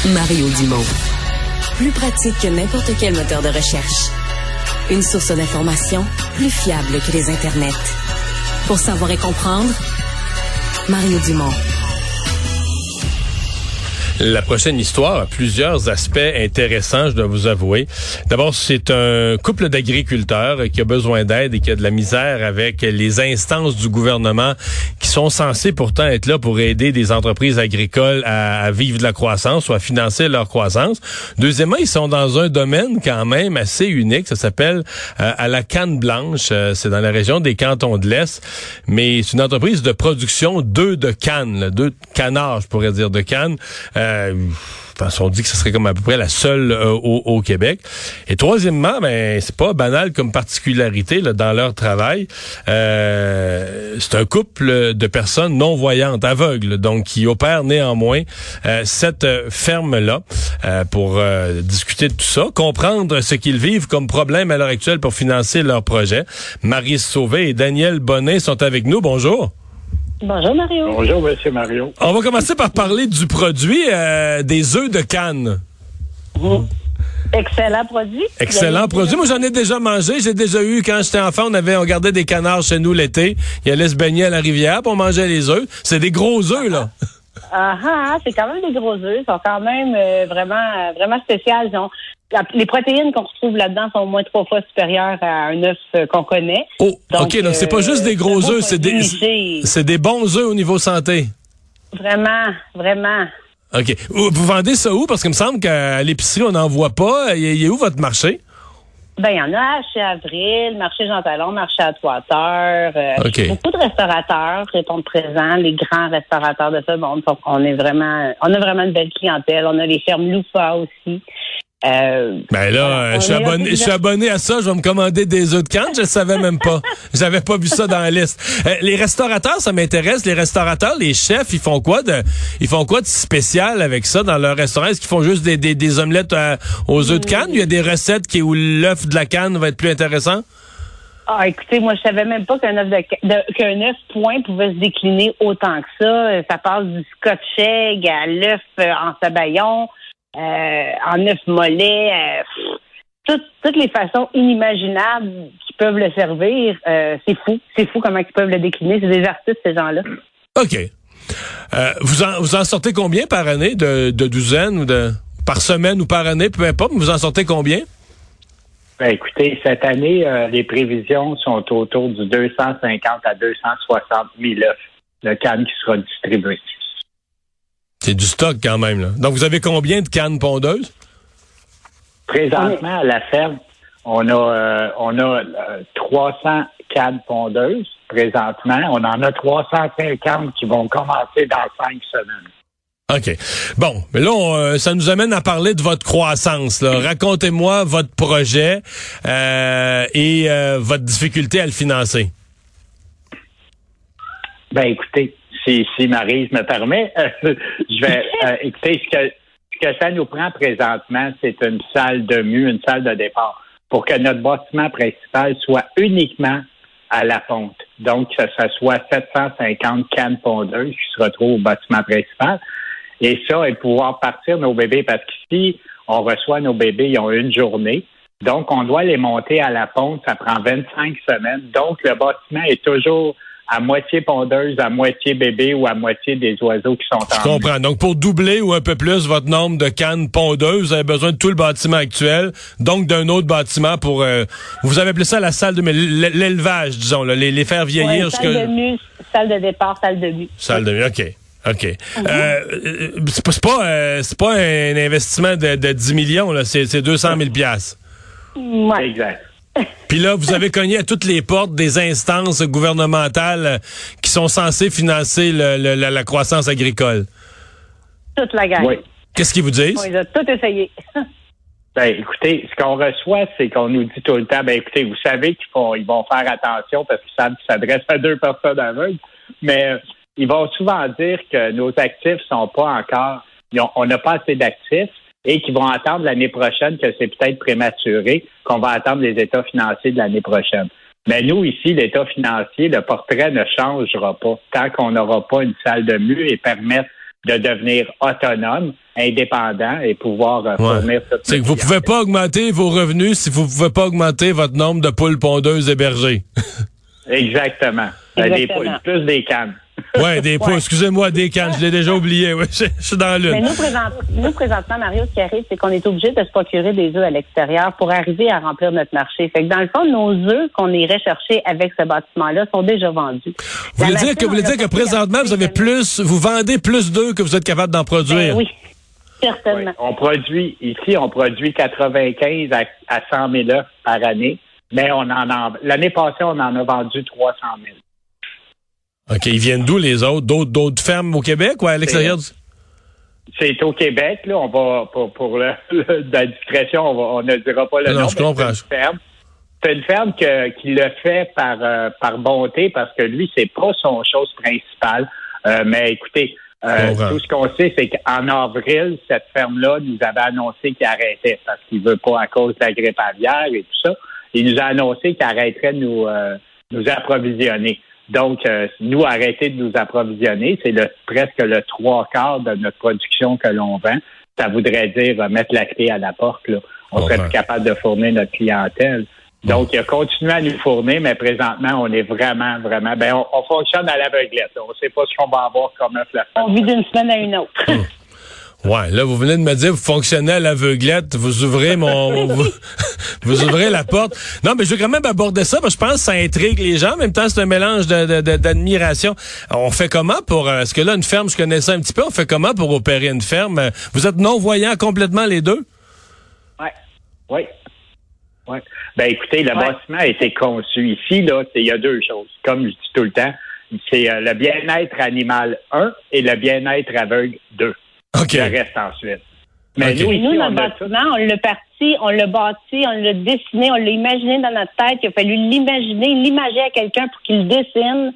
Mario Dumont. Plus pratique que n'importe quel moteur de recherche. Une source d'information plus fiable que les internets. Pour savoir et comprendre, Mario Dumont. La prochaine histoire a plusieurs aspects intéressants, je dois vous avouer. D'abord, c'est un couple d'agriculteurs qui a besoin d'aide et qui a de la misère avec les instances du gouvernement qui sont censées pourtant être là pour aider des entreprises agricoles à vivre de la croissance ou à financer leur croissance. Deuxièmement, ils sont dans un domaine quand même assez unique. Ça s'appelle à la canne blanche. C'est dans la région des Cantons de l'Est. Mais c'est une entreprise de production d'œufs de canne, d'œufs de canard, je pourrais dire, de canne. On dit que ce serait comme à peu près la seule au Québec. Et troisièmement, c'est pas banal comme particularité là, dans leur travail. C'est un couple de personnes non-voyantes, aveugles, donc qui opèrent néanmoins cette ferme-là pour discuter de tout ça, comprendre ce qu'ils vivent comme problème à l'heure actuelle pour financer leur projet. Maryse Sauvé et Daniel Bonnet sont avec nous. Bonjour. Bonjour Mario. Bonjour Monsieur Mario. On va commencer par parler du produit des œufs de canne. Excellent produit. Excellent produit. Moi, j'en ai déjà mangé. J'ai déjà eu, quand j'étais enfant, on gardait des canards chez nous l'été. Ils allaient se baigner à la rivière pour manger les œufs. C'est des gros œufs, là. C'est quand même des gros œufs. Ils sont quand même vraiment spéciales. Les protéines qu'on retrouve là-dedans sont au moins 3 fois supérieures à un œuf qu'on connaît. Oh, donc, OK, donc c'est pas juste des gros œufs, c'est des bons œufs au niveau santé. Vraiment. OK. Vous vendez ça où? Parce qu'il me semble qu'à l'épicerie, on n'en voit pas. Il est où votre marché? Il y en a chez Avril, marché Jean Talon, marché à Trois-Terres. Okay. Beaucoup de restaurateurs répondent présents, les grands restaurateurs de ça. Bon, on a vraiment une belle clientèle. On a les fermes Loufa aussi. Je suis abonné à ça, je vais me commander des œufs de canne, je le savais même pas. J'avais pas vu ça dans la liste. Les restaurateurs, ça m'intéresse. Les restaurateurs, les chefs, ils font quoi de spécial avec ça dans leur restaurant? Est-ce qu'ils font juste des omelettes aux œufs de canne? Il y a des recettes où l'œuf de la canne va être plus intéressant? Écoutez, moi, je savais même pas qu'un œuf point pouvait se décliner autant que ça. Ça passe du scotch egg à l'œuf en sabayon. En œuf mollet, toutes les façons inimaginables qui peuvent le servir, c'est fou comment ils peuvent le décliner. C'est des artistes, ces gens-là. OK. Vous en sortez combien par année, de douzaines ou par semaine ou par année, peu importe, mais vous en sortez combien? Écoutez, cette année, les prévisions sont autour du 250 à 260 000 œufs de canne qui sera distribué. C'est du stock quand même, là. Donc, vous avez combien de cannes pondeuses? Présentement, à la ferme, on a 300 cannes pondeuses. Présentement, on en a 350 qui vont commencer dans 5 semaines. OK. Bon, mais là, ça nous amène à parler de votre croissance, là. Racontez-moi votre projet et votre difficulté à le financer. Écoutez, si Maryse me permet, je vais écouter ce que ça nous prend présentement, c'est une salle de mue, une salle de départ, pour que notre bâtiment principal soit uniquement à la ponte. Donc, que ça soit 750 cannes pondeuses qui se retrouvent au bâtiment principal. Et ça, et pouvoir partir nos bébés, parce qu'ici, on reçoit nos bébés, ils ont une journée. Donc, on doit les monter à la ponte, ça prend 25 semaines. Donc, le bâtiment est toujours à moitié pondeuse, à moitié bébé ou à moitié des oiseaux qui sont en Je comprends. Donc, pour doubler ou un peu plus votre nombre de cannes pondeuses, vous avez besoin de tout le bâtiment actuel, donc d'un autre bâtiment pour... vous avez appelé ça la salle de... l'élevage, disons, là, les faire vieillir. Salle de mue, salle de départ, salle de mue. Salle de mue, OK. C'est pas un investissement de 10 millions, là, c'est 200 000 $. Ouais. Exact. Puis là, vous avez cogné à toutes les portes des instances gouvernementales qui sont censées financer la croissance agricole. Toute la gang. Oui. Qu'est-ce qu'ils vous disent? On les a tout essayé. Écoutez, ce qu'on reçoit, c'est qu'on nous dit tout le temps, écoutez, vous savez ils vont faire attention parce qu'ils savent qu'ils s'adressent à 2 personnes aveugles, mais ils vont souvent dire que nos actifs sont pas encore, on n'a pas assez d'actifs. Et qui vont attendre l'année prochaine, que c'est peut-être prématuré, qu'on va attendre les états financiers de l'année prochaine. Mais nous, ici, l'état financier, le portrait ne changera pas tant qu'on n'aura pas une salle de mue et permettre de devenir autonome, indépendant et pouvoir fournir cette. C'est que vous pouvez pas augmenter vos revenus si vous pouvez pas augmenter votre nombre de poules pondeuses hébergées. Exactement. Des poules, plus des cannes. Oui, des poules. Excusez-moi, des cannes. Je l'ai déjà oublié. Oui, je suis dans l'une. Mais nous, présentement, Mario, ce qui arrive, c'est qu'on est obligé de se procurer des œufs à l'extérieur pour arriver à remplir notre marché. Fait que dans le fond, nos œufs qu'on irait chercher avec ce bâtiment-là sont déjà vendus. Vous voulez dire que présentement, vous vendez plus d'œufs que vous êtes capable d'en produire? Oui. Certainement. Oui, on produit 95 à 100 000 œufs par année, mais l'année passée, on en a vendu 300 000. OK. Ils viennent d'où les autres? D'autres fermes au Québec ou à l'extérieur? C'est au Québec, là. On va, pour la discrétion, on ne dira pas le nom. Non, je comprends. C'est une ferme qui le fait par bonté parce que lui, c'est pas son chose principale. Mais écoutez, tout ce qu'on sait, c'est qu'en avril, cette ferme-là nous avait annoncé qu'il arrêtait parce qu'il veut pas à cause de la grippe aviaire et tout ça. Il nous a annoncé qu'il arrêterait de nous approvisionner. Donc, nous, arrêter de nous approvisionner, c'est presque le 3/4 de notre production que l'on vend. Ça voudrait dire mettre la clé à la porte, là. On serait plus capable de fournir notre clientèle. Donc, il a continué à nous fournir, mais présentement, on est vraiment, on fonctionne à l'aveuglette. On ne sait pas ce qu'on va avoir comme œuf la On vit d'une semaine à une autre. Ouais, là, vous venez de me dire, vous fonctionnez à l'aveuglette, vous ouvrez vous ouvrez la porte. Non, mais je veux quand même aborder ça, parce que je pense que ça intrigue les gens. En même temps, c'est un mélange d'admiration. On fait comment parce que là, une ferme, je connaissais un petit peu, on fait comment pour opérer une ferme? Vous êtes non-voyants complètement les deux? Oui. Ben, écoutez, le bâtiment a été conçu ici, là, il y a deux choses. Comme je dis tout le temps, c'est le bien-être animal 1 et le bien-être aveugle 2. Okay. Le reste ensuite. Mais nous, notre bâtiment, on l'a bâti, on l'a dessiné, on l'a imaginé dans notre tête. Il a fallu l'imager à quelqu'un pour qu'il le dessine.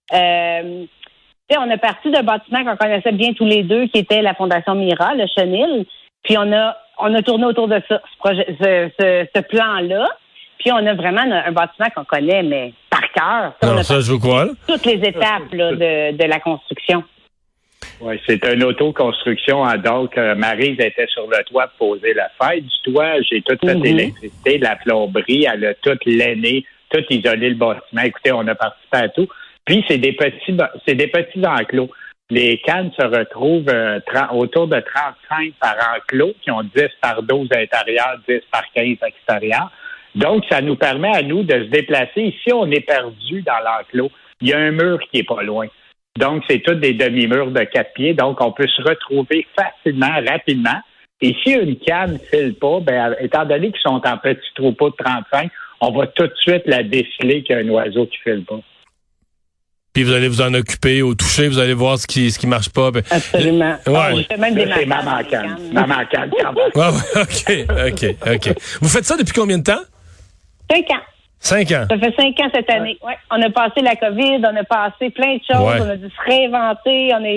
On a parti d'un bâtiment qu'on connaissait bien tous les deux, qui était la Fondation Mira, le Chenil. Puis on a tourné autour de ça, ce plan-là. Puis on a vraiment un bâtiment qu'on connaît, mais par cœur. Ça, je vous crois. Toutes les étapes là, de la construction. Oui, c'est une autoconstruction. Donc, Maryse était sur le toit pour poser la fête du toit. J'ai tout fait l'électricité, la plomberie. Elle a tout lainé, tout isolé le bâtiment. Écoutez, on a participé à tout. Puis, c'est des petits enclos. Les cannes se retrouvent autour de 35 par enclos, qui ont 10 par 12 à l'intérieur, 10 par 15 à l'extérieur. Donc, ça nous permet à nous de se déplacer. Ici, on est perdu dans l'enclos. Il y a un mur qui est pas loin. Donc, c'est tous des demi-murs de 4 pieds. Donc, on peut se retrouver facilement, rapidement. Et si une canne ne file pas, étant donné qu'ils sont en petit troupeau de 35, on va tout de suite la déceler qu'il y a un oiseau qui ne file pas. Puis vous allez vous en occuper au toucher, vous allez voir ce qui marche pas. Absolument. Ouais. Je fais même des c'est maman canne. Maman canne, quand même. OK. Vous faites ça depuis combien de temps? 5 ans. 5 ans. Ça fait 5 ans cette année. Ouais. On a passé la COVID, on a passé plein de choses, on a dû se réinventer, on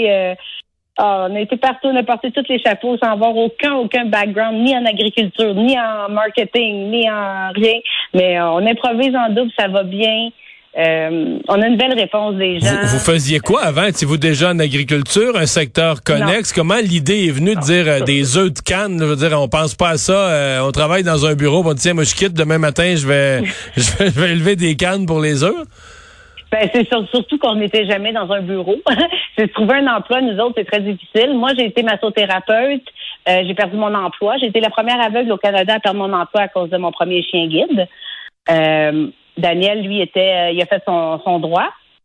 a été partout, on a porté tous les chapeaux sans avoir aucun background, ni en agriculture, ni en marketing, ni en rien. Mais on improvise en double, ça va bien. On a une belle réponse des gens. Vous faisiez quoi avant? Étiez-vous déjà en agriculture, un secteur connexe? Non. Comment l'idée est venue de dire des œufs de canne? Je veux dire, on pense pas à ça. On travaille dans un bureau, on dit tiens, moi je quitte demain matin, je vais élever des cannes pour les œufs. C'est surtout qu'on n'était jamais dans un bureau. C'est de trouver un emploi, nous autres, c'est très difficile. Moi, j'ai été massothérapeute. J'ai perdu mon emploi. J'ai été la première aveugle au Canada à perdre mon emploi à cause de mon premier chien guide. Daniel, lui, il a fait son droit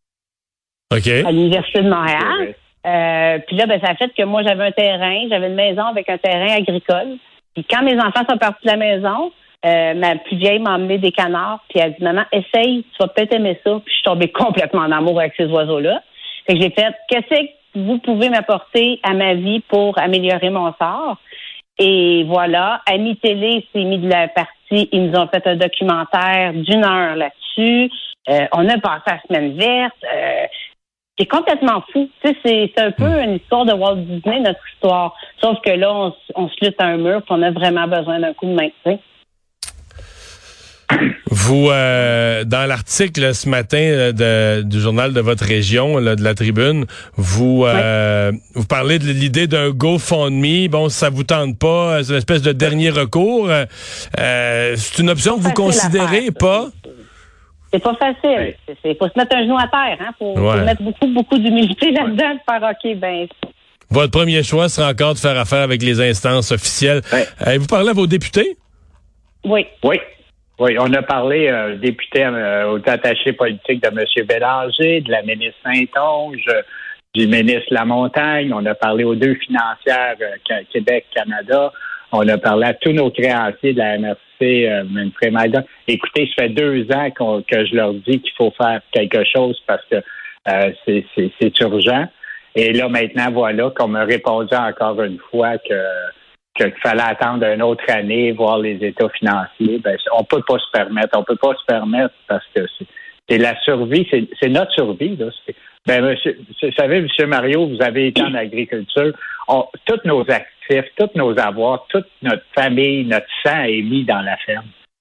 à l'Université de Montréal. Puis là, ça a fait que moi, j'avais une maison avec un terrain agricole. Puis quand mes enfants sont partis de la maison, ma plus vieille m'a emmené des canards. Puis elle a dit, maman, essaye, tu vas peut-être aimer ça. Puis je suis tombée complètement en amour avec ces oiseaux-là. Fait que j'ai fait, qu'est-ce que vous pouvez m'apporter à ma vie pour améliorer mon sort? Et voilà, Ami Télé s'est mis de la partie. Ils nous ont fait un documentaire d'1 heure là-dessus. On a passé la semaine verte. C'est complètement fou. Tu sais, c'est un peu une histoire de Walt Disney, notre histoire. Sauf que là, on se lutte à un mur et on a vraiment besoin d'un coup de main. Tu sais. Vous, dans l'article ce matin du journal de votre région, là, de la Tribune, vous parlez de l'idée d'un GoFundMe. Bon, si ça vous tente pas, c'est une espèce de dernier recours. C'est une option que vous considérez pas? C'est pas facile. Il faut se mettre un genou à terre. Hein? Faut mettre beaucoup d'humilité là-dedans de faire OK, ben... Votre premier choix sera encore de faire affaire avec les instances officielles. Vous parlez à vos députés? Oui, on a parlé député aux attachés politiques de M. Bélanger, de la ministre Saint-Onge, du ministre Lamontagne. On a parlé aux deux financières Québec-Canada. On a parlé à tous nos créanciers de la MRC, Manfred Maïdan. Écoutez, ça fait 2 ans que je leur dis qu'il faut faire quelque chose parce que c'est urgent. Et là, maintenant, voilà qu'on m'a répondu encore une fois qu'il fallait attendre une autre année, voir les états financiers. Ben, on peut pas se permettre. On peut pas se permettre parce que c'est la survie, c'est notre survie, là. Vous savez, M. Mario, vous avez été en agriculture. Tous nos actifs, tous nos avoirs, toute notre famille, notre sang est mis dans la ferme.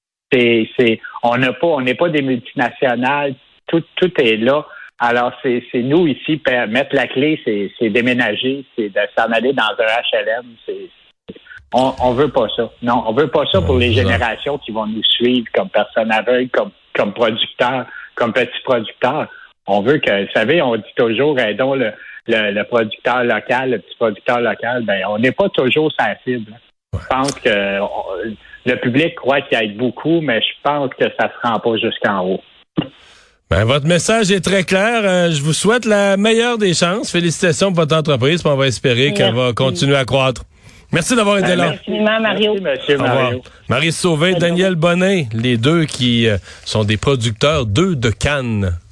On n'est pas des multinationales. Tout est là. Alors, c'est nous ici, mettre la clé, c'est déménager, c'est de s'en aller dans un HLM. On veut pas ça. Non, on veut pas ça pour les générations qui vont nous suivre comme personnes aveugles, comme producteurs, comme petits producteurs. On veut que, vous savez, on dit toujours, aidons le producteur local, le petit producteur local. Ben, on n'est pas toujours sensible. Je pense que le public croit qu'il aide beaucoup, mais je pense que ça se rend pas jusqu'en haut. Ben, votre message est très clair. Je vous souhaite la meilleure des chances. Félicitations pour votre entreprise. On va espérer qu'elle va continuer à croître. Merci d'avoir été là. Merci, Mario. Merci, M. Mario. Marie Sauvé, Daniel Bonnet, les deux qui sont des producteurs d'œufs de canne.